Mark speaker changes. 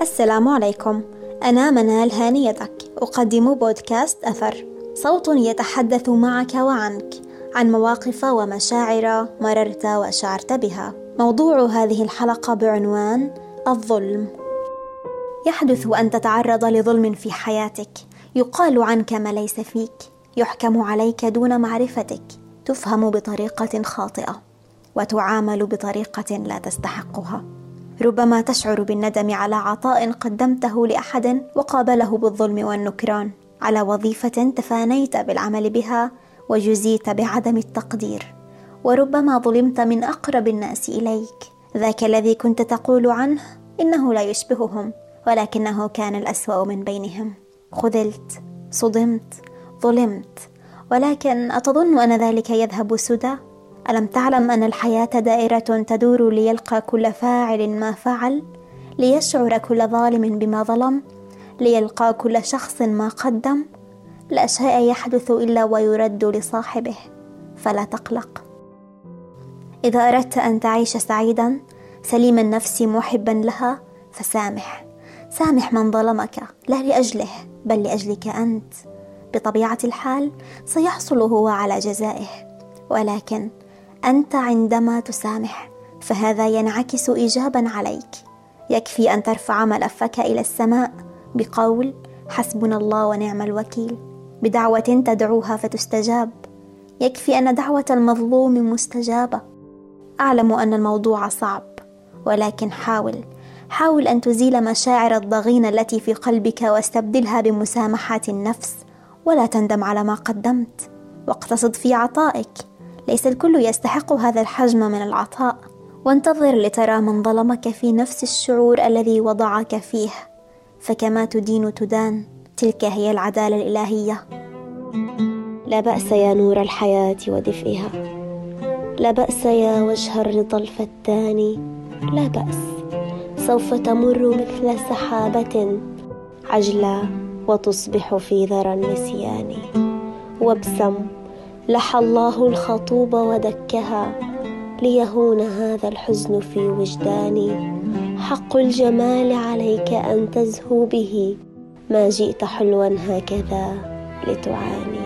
Speaker 1: السلام عليكم، أنا منال هانيتك، أقدم بودكاست أثر، صوت يتحدث معك وعنك عن مواقف ومشاعر مررت وشعرت بها. موضوع هذه الحلقة بعنوان الظلم. يحدث أن تتعرض لظلم في حياتك، يقال عنك ما ليس فيك، يحكم عليك دون معرفتك، تفهم بطريقة خاطئة وتعامل بطريقة لا تستحقها. ربما تشعر بالندم على عطاء قدمته لأحد وقابله بالظلم والنكران، على وظيفة تفانيت بالعمل بها وجزيت بعدم التقدير، وربما ظلمت من أقرب الناس إليك، ذاك الذي كنت تقول عنه إنه لا يشبههم، ولكنه كان الأسوأ من بينهم. خذلت، صدمت، ظلمت، ولكن أتظن أن ذلك يذهب سدى؟ ألم تعلم أن الحياة دائرة تدور ليلقى كل فاعل ما فعل، ليشعر كل ظالم بما ظلم، ليلقى كل شخص ما قدم؟ لا شيء يحدث إلا ويرد لصاحبه، فلا تقلق. إذا أردت أن تعيش سعيدا سليم النفس محبا لها فسامح، سامح من ظلمك، لا لأجله بل لأجلك أنت. بطبيعة الحال سيحصل هو على جزائه، ولكن أنت عندما تسامح فهذا ينعكس إيجابا عليك. يكفي أن ترفع ملفك إلى السماء بقول حسبنا الله ونعم الوكيل، بدعوة تدعوها فتستجاب. يكفي أن دعوة المظلوم مستجابة. أعلم أن الموضوع صعب، ولكن حاول أن تزيل مشاعر الضغينة التي في قلبك واستبدلها بمسامحة النفس، ولا تندم على ما قدمت، واقتصد في عطائك. ليس الكل يستحق هذا الحجم من العطاء، وانتظر لترى من ظلمك في نفس الشعور الذي وضعك فيه، فكما تدين تدان، تلك هي العدالة الإلهية. لا بأس يا نور الحياة ودفئها، لا بأس يا وجه الرضا الفتان، لا بأس، سوف تمر مثل سحابة عجلة وتصبح في ذرى النسيان. وابسم، لحى الله الخطوب ودكها، ليهون هذا الحزن في وجداني. حق الجمال عليك أن تزهو به، ما جئت حلوا هكذا لتعاني.